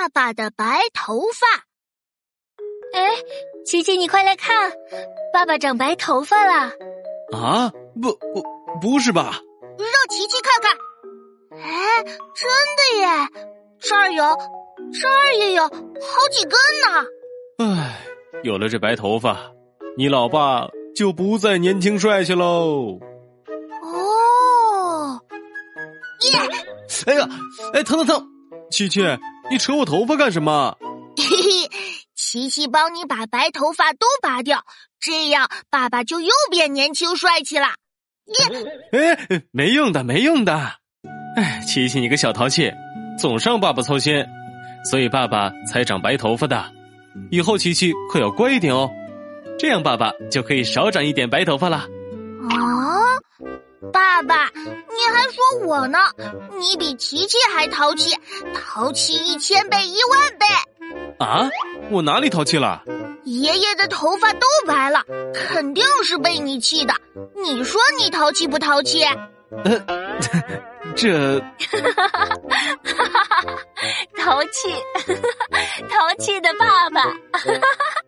爸爸的白头发。 哎，琪琪，你快来看，爸爸长白头发了。 啊，不是吧？ 让琪琪看看。哎，真的耶，这儿有，这儿也有，好几根呢。 唉，有了这白头发，你老爸就不再年轻帅气喽。 哦，耶！ 哎呀，哎，疼！琪琪，你扯我头发干什么？ 嘿嘿，琪琪帮你把白头发都拔掉，这样爸爸就又变年轻帅气了。 耶！哎，没用的。哎，琪琪你个小淘气，总让爸爸操心，所以爸爸才长白头发的。以后琪琪可要乖一点哦，这样爸爸就可以少长一点白头发了。 啊，爸爸，你还说我呢？你比琪琪还淘气，淘气1000倍、10000倍。 啊，我哪里淘气了？ 爷爷的头发都白了，肯定是被你气的。你说你淘气不淘气？ 这淘气的爸爸。